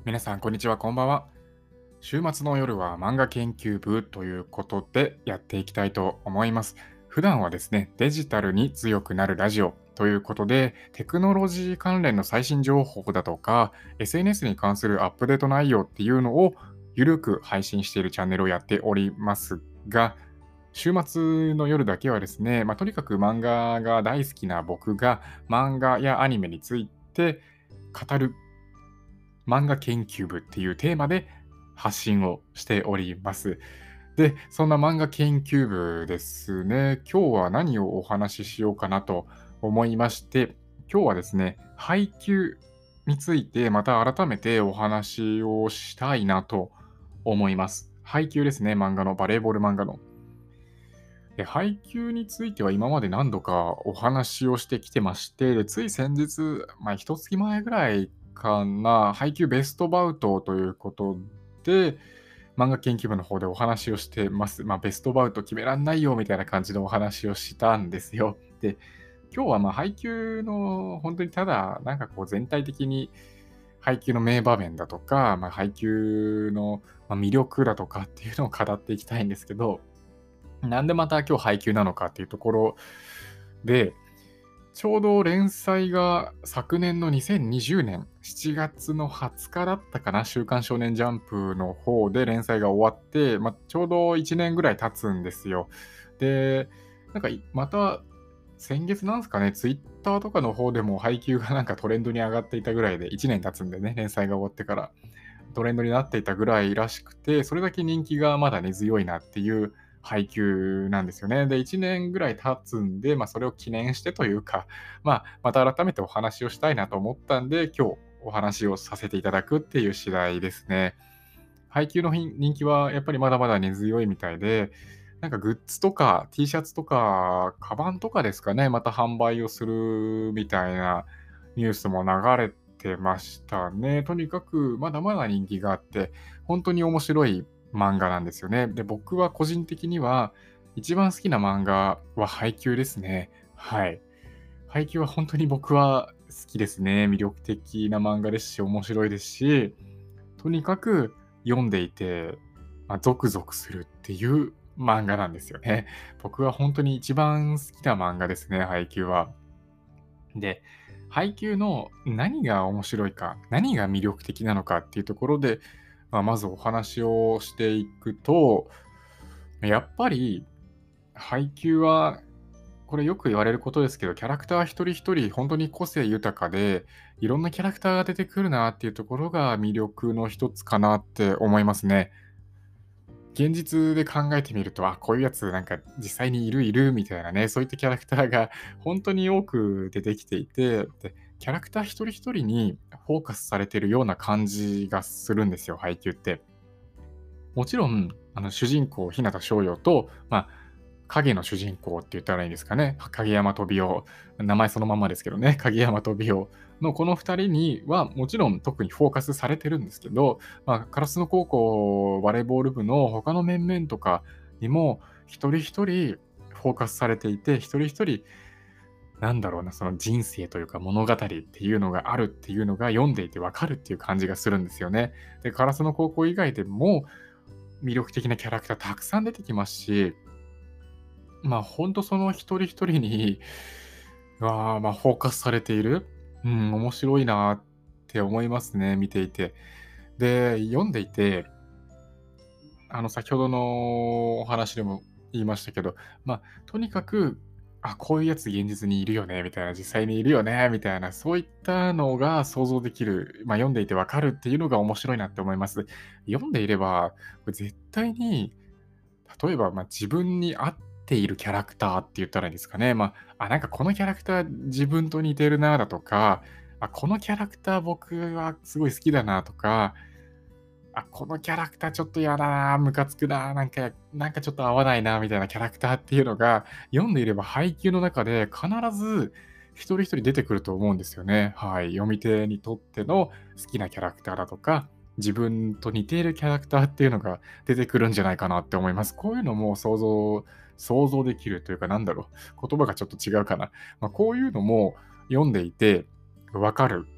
皆さん、こんにちは、こんばんは。週末の夜は漫画研究部ということでやっていきたいと思います。普段はですね、デジタルに強くなるラジオということで、テクノロジー関連の最新情報だとか、SNS に関するアップデート内容っていうのをゆるく配信しているチャンネルをやっておりますが、週末の夜だけはですね、とにかく漫画が大好きな僕が漫画やアニメについて語る漫画研究部っていうテーマで発信をしております。で、そんな漫画研究部ですね、今日は何をお話ししようかなと思いまして、今日はですね、配給についてまた改めてお話をしたいなと思います。配給ですね、漫画の、バレーボール漫画の。で、配給については今まで何度かお話をしてきてまして、でつい先日、一月前ぐらいかな、配給ベストバウトということで、漫画研究部の方でお話をしてます。ベストバウト決めらんないよみたいな感じのお話をしたんですよ。で、今日は配給の本当にただ、全体的に配給の名場面だとか、配給の魅力だとかっていうのを語っていきたいんですけど、なんでまた今日配給なのかっていうところで、ちょうど連載が昨年の2020年7月の20日だったかな、週刊少年ジャンプの方で連載が終わって、ちょうど1年ぐらい経つんですよ。で、また先月なんすかね、ツイッターとかの方でも配給がトレンドに上がっていたぐらいで、1年経つんでね、連載が終わってからトレンドになっていたぐらいらしくて、それだけ人気がまだ根強いなっていう配給なんですよね。で、1年ぐらい経つんで、それを記念してというか、また改めてお話をしたいなと思ったんで、今日お話をさせていただくっていう次第ですね。配給の人気はやっぱりまだまだ根強いみたいで、グッズとか T シャツとか、カバンとかですかね、また販売をするみたいなニュースも流れてましたね。とにかくまだまだ人気があって、本当に面白い漫画なんですよね。で、僕は個人的には一番好きな漫画は配給ですね。はい。配給は本当に僕は好きですね。魅力的な漫画ですし、面白いですし、とにかく読んでいて、ゾクゾクするっていう漫画なんですよね。僕は本当に一番好きな漫画ですね、配給は。で、配給の何が面白いか、何が魅力的なのかっていうところで、まずお話をしていくと、やっぱり配給はこれよく言われることですけど、キャラクター一人一人本当に個性豊かで、いろんなキャラクターが出てくるなっていうところが魅力の一つかなって思いますね。現実で考えてみると、こういうやつ実際にいるみたいなね、そういったキャラクターが本当に多く出てきていて、で、キャラクター一人一人にフォーカスされているような感じがするんですよ、配給って。もちろん、主人公、日向翔陽と、影の主人公って言ったらいいんですかね。影山飛雄、名前そのままですけどね、影山飛雄のこの2人にはもちろん特にフォーカスされてるんですけど、烏野高校バレーボール部の他の面々とかにも一人一人フォーカスされていて、一人一人その人生というか物語っていうのがあるっていうのが読んでいてわかるっていう感じがするんですよね。で、烏野高校以外でも魅力的なキャラクターたくさん出てきますし、ほんとその一人一人に、フォーカスされている。面白いなって思いますね、見ていて。で、読んでいて、先ほどのお話でも言いましたけど、とにかく、こういうやつ現実にいるよねみたいな、実際にいるよねみたいな、そういったのが想像できる、読んでいてわかるっていうのが面白いなって思います。読んでいれば、これ絶対に例えば、自分に合っているキャラクターって言ったらいいんですかね。このキャラクター自分と似てるなだとか、このキャラクター僕はすごい好きだなとか、このキャラクターちょっと嫌だな、ムカつくな、ちょっと合わないなみたいなキャラクターっていうのが、読んでいれば配給の中で必ず一人一人出てくると思うんですよね。はい。読み手にとっての好きなキャラクターだとか、自分と似ているキャラクターっていうのが出てくるんじゃないかなって思います。こういうのも想像できるというか、言葉がちょっと違うかな。こういうのも読んでいてわかる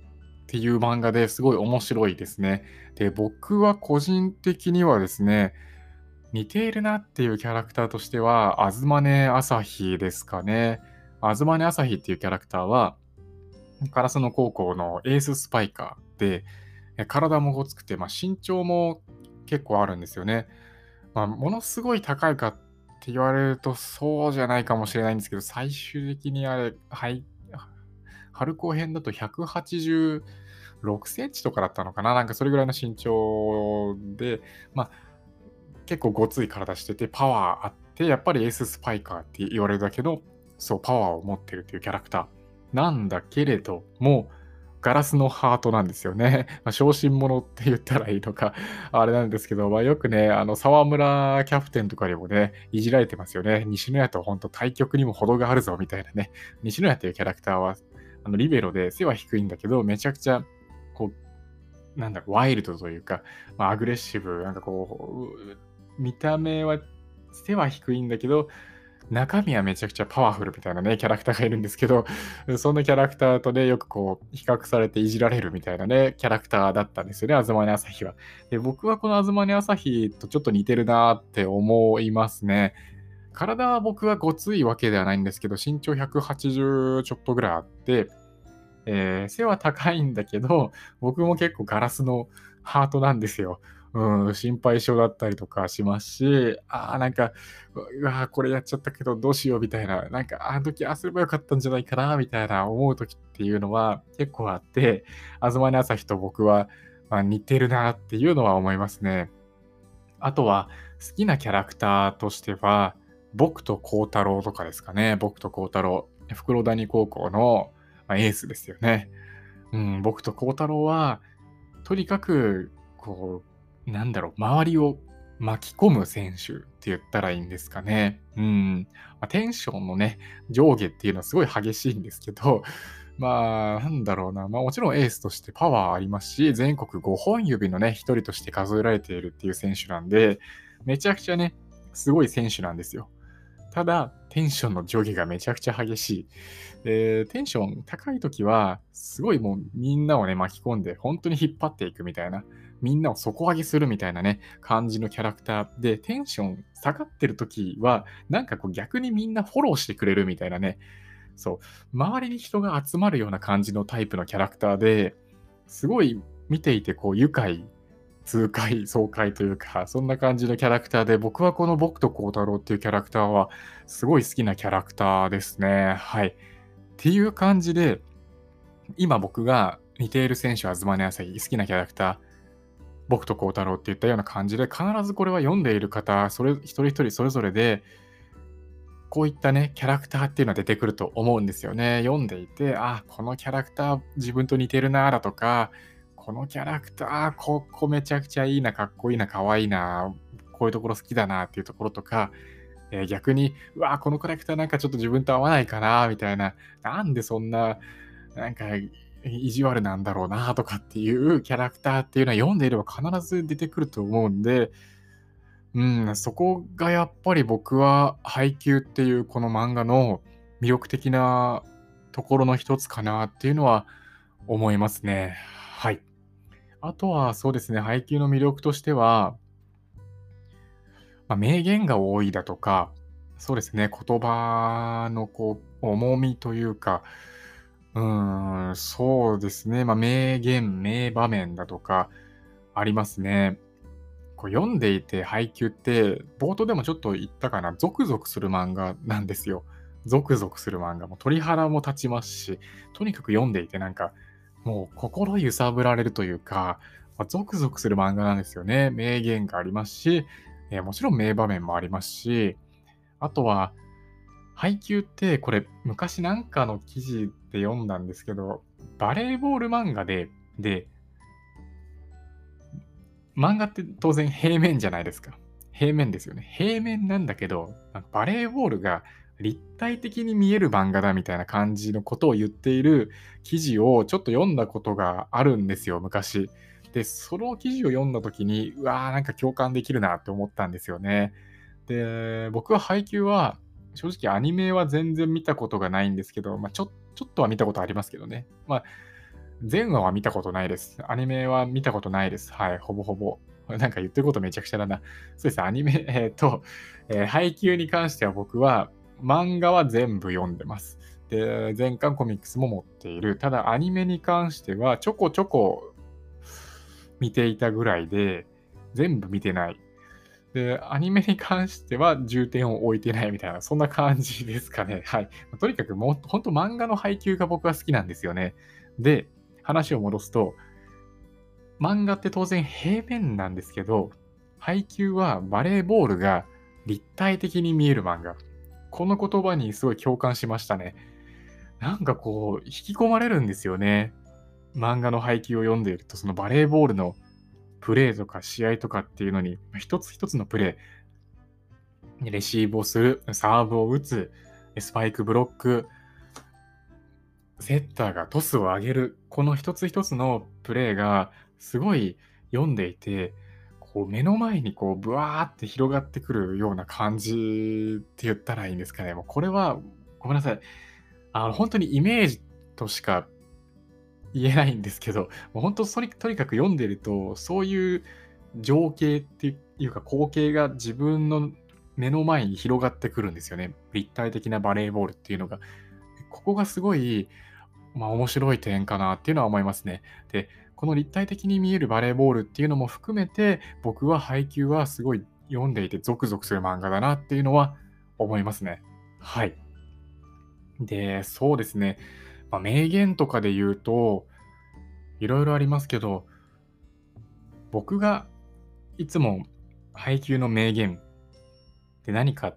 っていう漫画ですごい面白いですね。で、僕は個人的にはですね、似ているなっていうキャラクターとしては、東根朝日ですかね。東根朝日っていうキャラクターは、烏野高校のエーススパイカーで、体もごつくて、身長も結構あるんですよね。ものすごい高いかって言われるとそうじゃないかもしれないんですけど、最終的にあれ、春高編だと186センチとかだったのかな、なんかそれぐらいの身長で、まあ、結構ごつい体してて、パワーあって、やっぱりエーススパイカーって言われるだけど、そう、パワーを持ってるっていうキャラクターなんだけれども、ガラスのハートなんですよね。小心者って言ったらいいのか、あれなんですけど、よくね、沢村キャプテンとかにもね、いじられてますよね。西野谷と本当対局にも程があるぞ、みたいなね。西野谷っていうキャラクターは、リベロで背は低いんだけど、めちゃくちゃ、こワイルドというか、アグレッシブ、見た目は背は低いんだけど、中身はめちゃくちゃパワフルみたいなね、キャラクターがいるんですけど、そんなキャラクターとね、よく比較されていじられるみたいなね、キャラクターだったんですよね、東根朝日は。で、僕はこの東根朝日とちょっと似てるなって思いますね。体は僕はごついわけではないんですけど、身長180ちょっとぐらいあって、背は高いんだけど、僕も結構ガラスのハートなんですよ。心配性だったりとかしますし、これやっちゃったけどどうしようみたいな、あの時ああすればよかったんじゃないかなみたいな思う時っていうのは結構あって、東根朝日と僕は、似てるなっていうのは思いますね。あとは好きなキャラクターとしては、僕と幸太郎とかですかね。僕と幸太郎。袋谷高校の、エースですよね。僕と幸太郎は、とにかく、周りを巻き込む選手って言ったらいいんですかね。テンションのね、上下っていうのはすごい激しいんですけど、もちろんエースとしてパワーありますし、全国5本指のね、一人として数えられているっていう選手なんで、めちゃくちゃね、すごい選手なんですよ。ただ、テンションの上下がめちゃくちゃ激しい。で、テンション高い時は、すごいもうみんなをね、巻き込んで、本当に引っ張っていくみたいな、みんなを底上げするみたいなね、感じのキャラクターで、テンション下がってる時は、逆にみんなフォローしてくれるみたいなね、そう、周りに人が集まるような感じのタイプのキャラクターで、すごい見ていて愉快、痛快、爽快というか、そんな感じのキャラクターで、僕はこの僕と幸太郎っていうキャラクターは、すごい好きなキャラクターですね。はい。っていう感じで、今僕が似ている選手、東根朝日、好きなキャラクター、僕と幸太郎っていったような感じで、必ずこれは読んでいる方、一人一人それぞれで、こういったね、キャラクターっていうのは出てくると思うんですよね。読んでいて、このキャラクター自分と似てるなだとか、このキャラクター、ここめちゃくちゃいいな、かっこいいな、かわいいな、こういうところ好きだなっていうところとか、逆に、このキャラクターちょっと自分と合わないかな、みたいな、なんでそんな、なんか、意地悪なんだろうな、とかっていうキャラクターっていうのは読んでいれば必ず出てくると思うんで、そこがやっぱり僕は配給っていうこの漫画の魅力的なところの一つかなっていうのは思いますね。はい。あとはそうですね、配給の魅力としては、名言が多いだとか、そうですね、言葉の重みというか、そうですね、名言、名場面だとかありますね。読んでいて配給って、冒頭でもちょっと言ったかな、ゾクゾクする漫画なんですよ。ゾクゾクする漫画。もう鳥肌も立ちますし、とにかく読んでいてもう心揺さぶられるというか、ゾクゾクする漫画なんですよね。名言がありますし、もちろん名場面もありますし、あとは、配給ってこれ昔なんかの記事で読んだんですけど、バレーボール漫画で、漫画って当然平面じゃないですか。平面ですよね。平面なんだけど、バレーボールが立体的に見える漫画だみたいな感じのことを言っている記事をちょっと読んだことがあるんですよ、昔。で、その記事を読んだ時に、共感できるなって思ったんですよね。で、僕は配給は、正直アニメは全然見たことがないんですけど、ちょっとは見たことありますけどね。 全話は見たことないです。アニメは見たことないです。はい、ほぼほぼ。なんか言ってることめちゃくちゃだな。そうです、アニメ、配給に関しては僕は漫画は全部読んでます。で、全巻コミックスも持っている。ただアニメに関してはちょこちょこ見ていたぐらいで、全部見てない。で、アニメに関しては重点を置いてないみたいな、そんな感じですかね。はい。とにかくもう、ほんと漫画の配給が僕は好きなんですよね。で、話を戻すと、漫画って当然平面なんですけど、配給はバレーボールが立体的に見える漫画。この言葉にすごい共感しましたね。なんかこう、引き込まれるんですよね。漫画の配給を読んでいると、そのバレーボールのプレーとか試合とかっていうのに、一つ一つのプレー、レシーブをする、サーブを打つ、スパイクブロック、セッターがトスを上げる、この一つ一つのプレーがすごい読んでいて、こう目の前にこうブワーって広がってくるような感じって言ったらいいんですかね。もうこれはごめんなさい。本当にイメージとしか言えないんですけど、もう本当とにかく読んでると、そういう情景っていうか光景が自分の目の前に広がってくるんですよね。立体的なバレーボールっていうのが。ここがすごい面白い点かなっていうのは思いますね。で、この立体的に見えるバレーボールっていうのも含めて、僕は配球はすごい読んでいてゾクゾクする漫画だなっていうのは思いますね。はい。で、そうですね。名言とかで言うと、いろいろありますけど、僕がいつも配球の名言って何かって、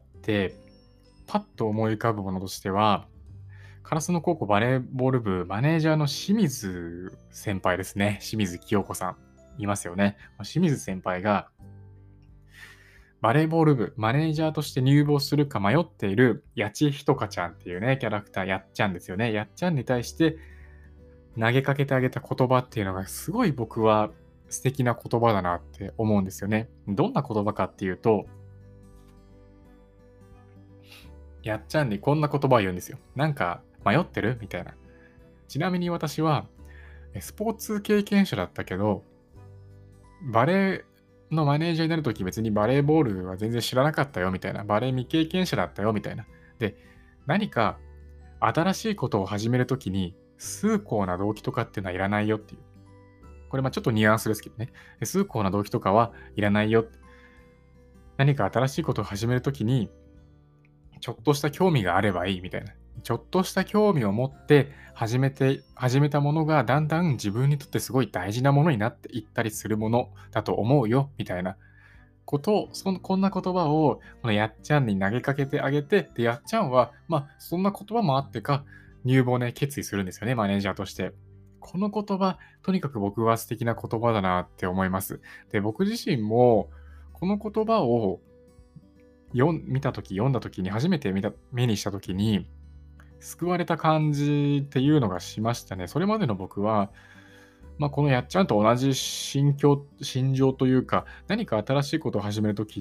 パッと思い浮かぶものとしては、烏野高校バレーボール部マネージャーの清水先輩ですね。清水清子さん。いますよね。清水先輩が、バレーボール部マネージャーとして入部するか迷っている八千ひとかちゃんっていうね、キャラクター、やっちゃんですよね。やっちゃんに対して投げかけてあげた言葉っていうのがすごい僕は素敵な言葉だなって思うんですよね。どんな言葉かっていうと、やっちゃんにこんな言葉を言うんですよ。なんか迷ってるみたいな。ちなみに私は、スポーツ経験者だったけど、バレーのマネージャーになるとき別にバレーボールは全然知らなかったよみたいな。バレー未経験者だったよみたいな。で、何か新しいことを始めるときに、崇高な動機とかっていうのはいらないよっていう。これちょっとニュアンスですけどね。崇高な動機とかはいらないよって。何か新しいことを始めるときに、ちょっとした興味があればいいみたいな。ちょっとした興味を持って始めたものがだんだん自分にとってすごい大事なものになっていったりするものだと思うよみたいなことを、こんな言葉をこのやっちゃんに投げかけてあげて、で、やっちゃんは、そんな言葉もあってか、入部をね、決意するんですよね、マネージャーとして。この言葉、とにかく僕は素敵な言葉だなって思います。で、僕自身も、この言葉を読んだ時に、初めて目にした時に、救われた感じっていうのがしましたね。それまでの僕は、このやっちゃんと同じ心情というか、何か新しいことを始める時って、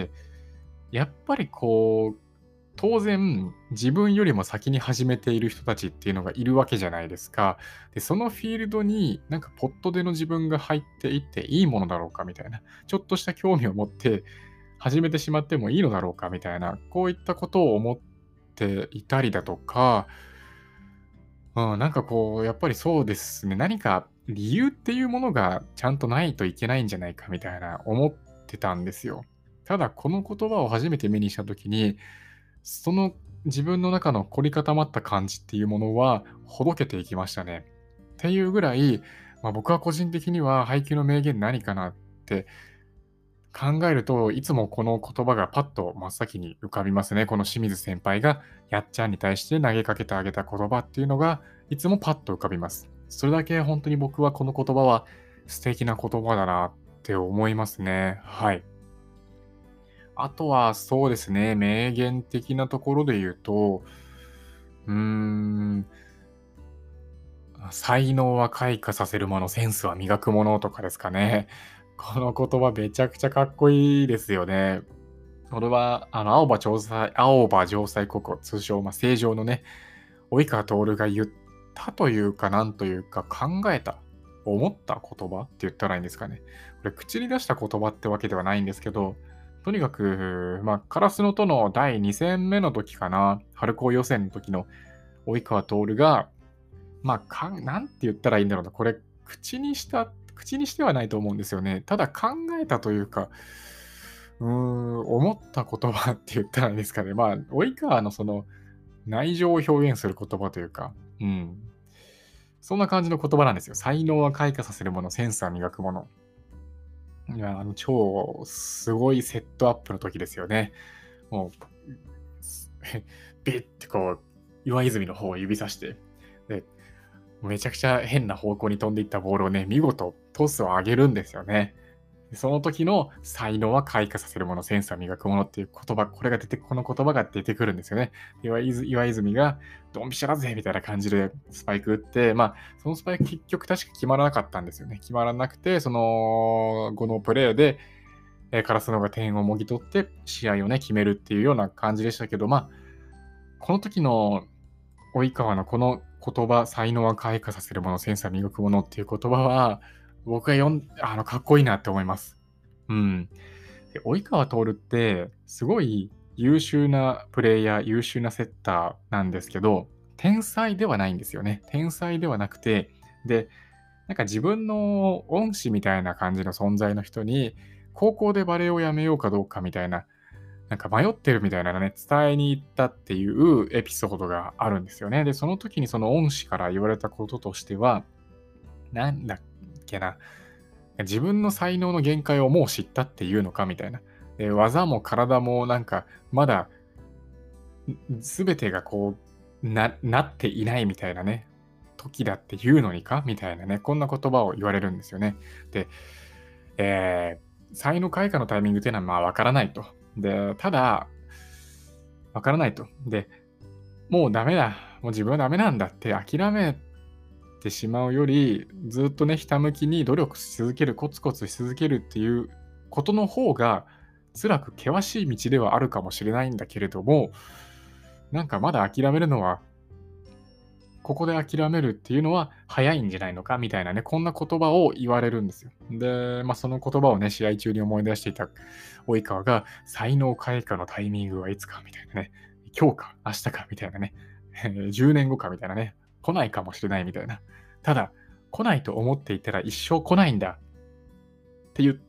やっぱりこう、当然、自分よりも先に始めている人たちっていうのがいるわけじゃないですか。で、そのフィールドになんかポットでの自分が入っていっていいものだろうかみたいな、ちょっとした興味を持って始めてしまってもいいのだろうかみたいな、こういったことを思っていたりだとか、なんかこう、やっぱりそうですね、何か理由っていうものがちゃんとないといけないんじゃないかみたいな思ってたんですよ。ただこの言葉を初めて目にした時に、その自分の中の凝り固まった感じっていうものはほどけていきましたね。っていうぐらい、僕は個人的には配給の名言何かなって考えると、いつもこの言葉がパッと真っ先に浮かびますね。この清水先輩がやっちゃんに対して投げかけてあげた言葉っていうのが、いつもパッと浮かびます。それだけ本当に僕はこの言葉は素敵な言葉だなって思いますね。はい。あとはそうですね、名言的なところで言うと、うーん、才能は開花させるもの、センスは磨くものとかですかね。この言葉めちゃくちゃかっこいいですよね。これは、青葉城西高校、通称、成城のね、及川徹が言ったというか、なんというか、考えた、思った言葉って言ったらいいんですかね。これ、口に出した言葉ってわけではないんですけど、とにかく、カラスの戸の第2戦目の時かな、春高予選の時の及川徹が、なんて言ったらいいんだろうな、これ、口にしてはないと思うんですよね。ただ考えたというか、思った言葉って言ったらいいんですかね。及川のその内情を表現する言葉というか、そんな感じの言葉なんですよ。才能は開花させるもの、センスは磨くもの。いや、超すごいセットアップの時ですよね。もう、ビッてこう、岩泉の方を指さして、で、めちゃくちゃ変な方向に飛んでいったボールをね、見事トスを上げるんですよね。その時の才能は開花させるもの、センスは磨くものっていう言葉、この言葉が出てくるんですよね。岩泉が、ドンピシャだぜみたいな感じでスパイク打って、そのスパイク結局確か決まらなかったんですよね。決まらなくて、その後のプレーで、カラスノが点をもぎ取って試合をね、決めるっていうような感じでしたけど、この時の及川のこの言葉、才能は開花させるもの、センスは磨くものっていう言葉は、僕はかっこいいなって思います。うん。で、及川徹って、すごい優秀なプレイヤー、優秀なセッターなんですけど、天才ではないんですよね。天才ではなくて、で、なんか自分の恩師みたいな感じの存在の人に、高校でバレエをやめようかどうかみたいな、なんか迷ってるみたいなね、伝えに行ったっていうエピソードがあるんですよね。で、その時にその恩師から言われたこととしては、なんだっけな、自分の才能の限界をもう知ったっていうのかみたいな。で、技も体もなんか、まだ、全てがなっていないみたいなね、時だっていうのにかみたいなね、こんな言葉を言われるんですよね。で、才能開花のタイミングっていうのはわからないと。で、ただ、わからないと。で、もうダメだ。もう自分はダメなんだって諦めてしまうより、ずっとね、ひたむきに努力し続ける、コツコツし続けるっていうことの方が、辛く険しい道ではあるかもしれないんだけれども、なんかまだ諦めるのは、ここで諦めるっていうのは早いんじゃないのかみたいなね、こんな言葉を言われるんですよ。で、その言葉をね、試合中に思い出していた及川が、才能開花のタイミングはいつかみたいなね、今日か明日かみたいなね、10年後かみたいなね、来ないかもしれないみたいな。ただ、来ないと思っていたら一生来ないんだって言って、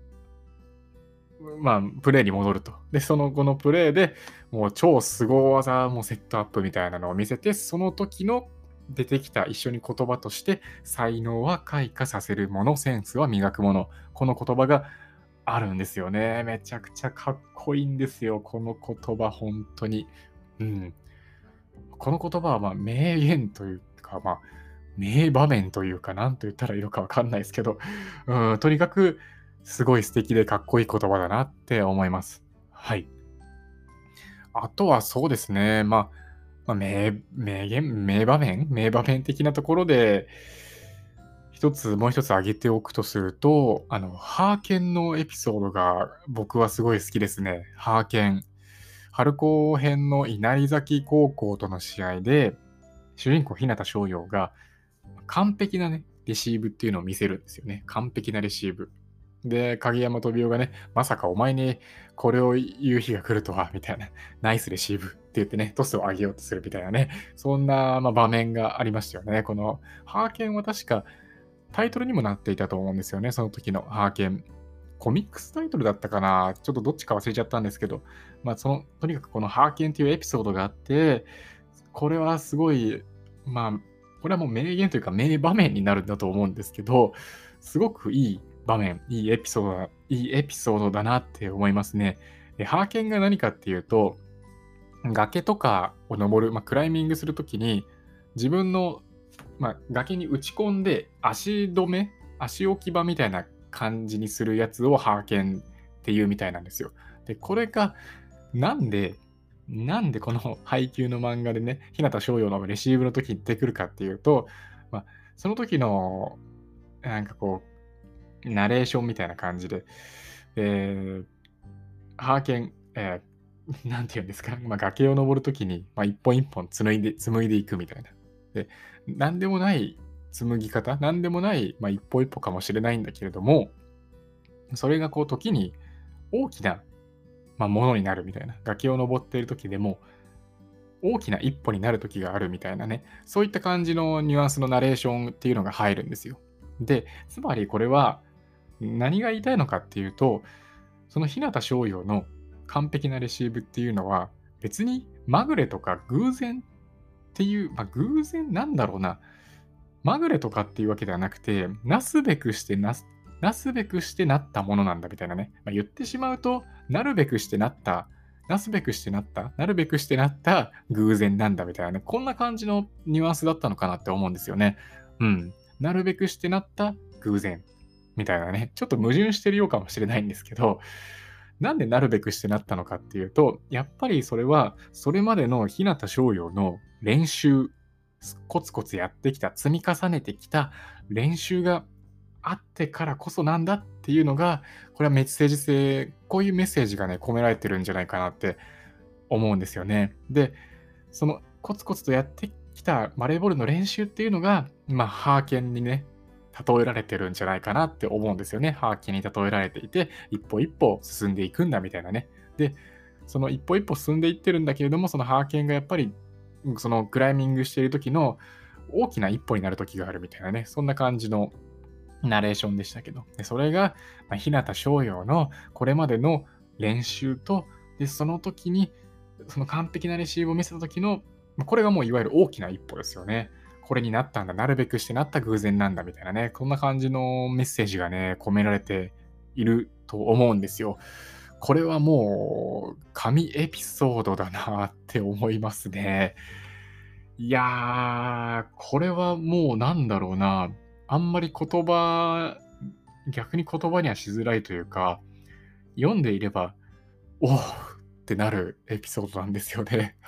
プレーに戻ると。で、その後のプレーで、もう超凄技もセットアップみたいなのを見せて、その時の出てきた一緒に言葉として、才能は開花させるもの、センスは磨くもの。この言葉があるんですよね。めちゃくちゃかっこいいんですよ。この言葉、本当に。うん。この言葉は名言というか、名場面というか、なんと言ったらいいのかわかんないですけど、とにかくすごい素敵でかっこいい言葉だなって思います。はい。あとはそうですね、名場面的なところで、もう一つ挙げておくとすると、ハーケンのエピソードが僕はすごい好きですね。ハーケン。春高編の稲荷崎高校との試合で、主人公日向翔陽が完璧なね、レシーブっていうのを見せるんですよね。完璧なレシーブ。で、影山飛雄がね、まさかお前にこれを言う日が来るとは、みたいな、ナイスレシーブって言ってね、トスを上げようとするみたいなね、そんな、場面がありましたよね。この、ハーケンは確かタイトルにもなっていたと思うんですよね、その時のハーケン。コミックスタイトルだったかな、ちょっとどっちか忘れちゃったんですけど、とにかくこのハーケンっていうエピソードがあって、これはすごい、これはもう名言というか名場面になるんだと思うんですけど、すごくいい場面、いいエピソードだなって思いますね。で、ハーケンが何かっていうと、崖とかを登る、クライミングするときに、自分の、崖に打ち込んで足置き場みたいな感じにするやつをハーケンっていうみたいなんですよ。で、これが、なんでこの配給の漫画でね、日向翔陽のレシーブの時に出てくるかっていうと、その時の、なんかナレーションみたいな感じで、ハーケン、なんて言うんですか、崖を登る時に、一本一本紡いでいくみたいな。 で、なんでもない紡ぎ方、なんでもない、一歩一歩かもしれないんだけれども、それがこう時に大きな、ものになるみたいな。崖を登っている時でも大きな一歩になる時があるみたいなね、そういった感じのニュアンスのナレーションっていうのが入るんですよ。で、つまりこれは何が言いたいのかっていうと、その日向翔陽の完璧なレシーブっていうのは、別にまぐれとか偶然っていう、偶然なんだろうな、まぐれとかっていうわけではなくて、なすべくしてなったものなんだみたいなね。言ってしまうと、なるべくしてなった、なすべくしてなった、なるべくしてなった偶然なんだみたいなね。こんな感じのニュアンスだったのかなって思うんですよね。うん。なるべくしてなった偶然みたいなね。ちょっと矛盾してるようかもしれないんですけど、なんでなるべくしてなったのかっていうと、やっぱりそれは、それまでの日向翔陽の練習、コツコツやってきた、積み重ねてきた練習があってからこそなんだっていうのが、これはメッセージ性、こういうメッセージがね、込められてるんじゃないかなって思うんですよね。で、そのコツコツとやってきたバレーボールの練習っていうのが、ハーケンにね、例えられてるんじゃないかなって思うんですよね。ハーケンに例えられていて、一歩一歩進んでいくんだみたいなね。で、その一歩一歩進んでいってるんだけれども、そのハーケンがやっぱり、そのクライミングしている時の大きな一歩になる時があるみたいなね、そんな感じのナレーションでしたけど、でそれが、日向翔陽のこれまでの練習と、で、その時に、その完璧なレシーブを見せた時の、これがもういわゆる大きな一歩ですよね。これになったんだ、なるべくしてなった偶然なんだみたいなね、こんな感じのメッセージがね、込められていると思うんですよ。これはもう、神エピソードだなって思いますね。いやー、これはもうなんだろうな、あんまり逆に言葉にはしづらいというか、読んでいれば、おおってなるエピソードなんですよね。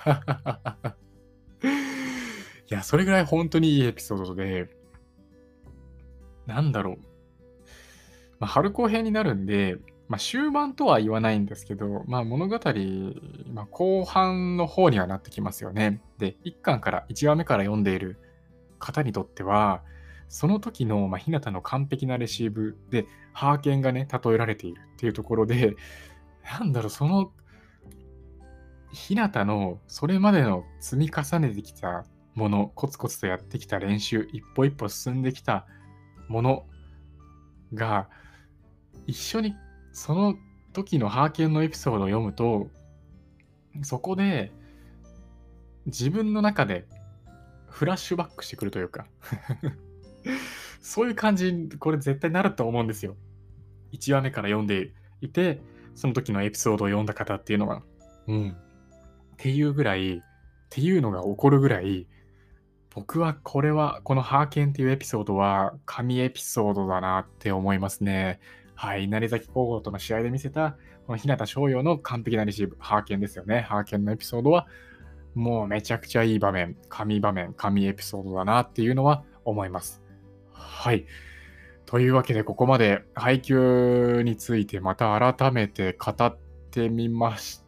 いや、それぐらい本当にいいエピソードで、なんだろう、春後編になるんで、終盤とは言わないんですけど、物語、後半の方にはなってきますよね。で、1話目から読んでいる方にとっては、その時の、日向の完璧なレシーブで、ハーケンがね、例えられているっていうところで、その日向のそれまでの積み重ねてきたもの、コツコツとやってきた練習、一歩一歩進んできたものが、一緒にその時のハーケンのエピソードを読むと、そこで自分の中でフラッシュバックしてくるというかそういう感じにこれ絶対なると思うんですよ。1話目から読んでいて、その時のエピソードを読んだ方っていうのは。うん。っていうぐらい、っていうのが起こるぐらい、僕はこのハーケンっていうエピソードは神エピソードだなって思いますね。はい。稲荷崎高校との試合で見せた、この日向翔陽の完璧なレシーブ、ハーケンですよね。ハーケンのエピソードは、もうめちゃくちゃいい場面、神エピソードだなっていうのは思います。はい。というわけで、ここまで配給についてまた改めて語ってみました。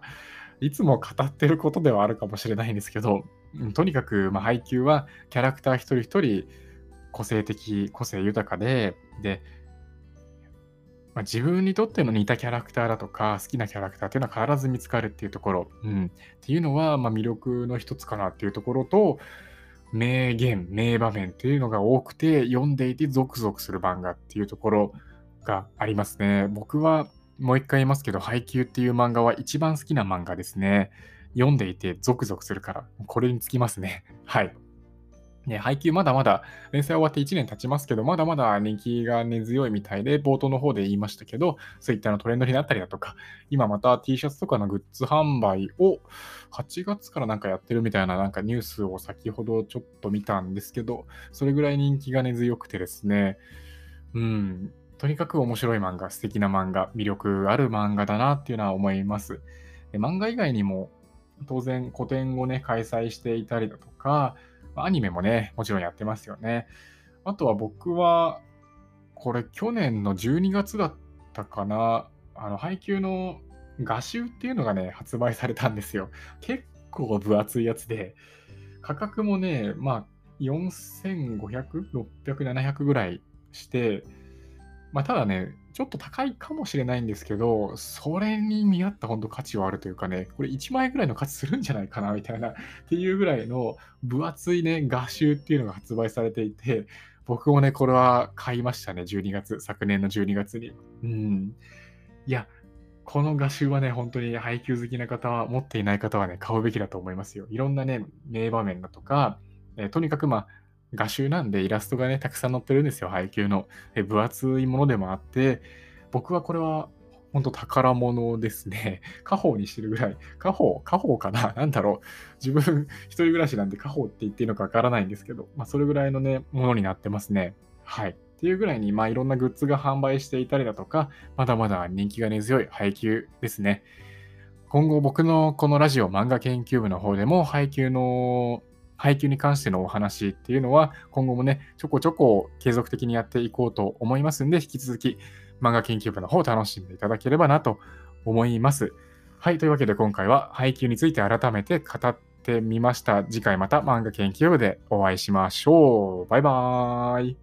いつも語ってることではあるかもしれないんですけど、とにかく、配給はキャラクター一人一人個性的、個性豊かで、自分にとっての似たキャラクターだとか、好きなキャラクターっていうのは必ず見つかるっていうところ、っていうのは、魅力の一つかなっていうところと、名言、名場面っていうのが多くて、読んでいてゾクゾクする漫画っていうところがありますね。僕はもう一回言いますけど、配給っていう漫画は一番好きな漫画ですね。読んでいてゾクゾクするから、これにつきますね。はい。ね、配給まだまだ連載終わって1年経ちますけど、まだまだ人気が根強いみたいで、冒頭の方で言いましたけど、そういったのトレンドになったりだとか、今また T シャツとかのグッズ販売を8月からなんかやってるみたいななんかニュースを先ほどちょっと見たんですけど、それぐらい人気が根強くてですね、とにかく面白い漫画、素敵な漫画、魅力ある漫画だなっていうのは思います。で漫画以外にも、当然個展をね、開催していたりだとか、アニメもね、もちろんやってますよね。あとは僕は、これ去年の12月だったかな、配給の画集っていうのがね、発売されたんですよ。結構分厚いやつで、価格もね、 4500、600、700ぐらいして、ただね、ちょっと高いかもしれないんですけど、それに見合った本当価値はあるというかね、これ1万円ぐらいの価値するんじゃないかなみたいなっていうぐらいの分厚いね、画集っていうのが発売されていて、僕もね、これは買いましたね、12月、昨年の12月に。うん。いや、この画集はね、本当に配給好きな方は、持っていない方はね、買うべきだと思いますよ。いろんなね、名場面だとか、とにかく画集なんでイラストがね、たくさん載ってるんですよ、配給の。分厚いものでもあって、僕はこれは本当宝物ですね。家宝にしてるぐらい、家宝かななんだろう。自分一人暮らしなんで家宝って言っていいのかわからないんですけど、それぐらいのね、ものになってますね。はい。っていうぐらいに、いろんなグッズが販売していたりだとか、まだまだ人気が根強い配給ですね。今後僕のこのラジオ漫画研究部の方でも配給に関してのお話っていうのは今後もね、ちょこちょこ継続的にやっていこうと思いますんで、引き続き漫画研究部の方を楽しんでいただければなと思います。はい、というわけで今回は配給について改めて語ってみました。次回また漫画研究部でお会いしましょう。バイバーイ。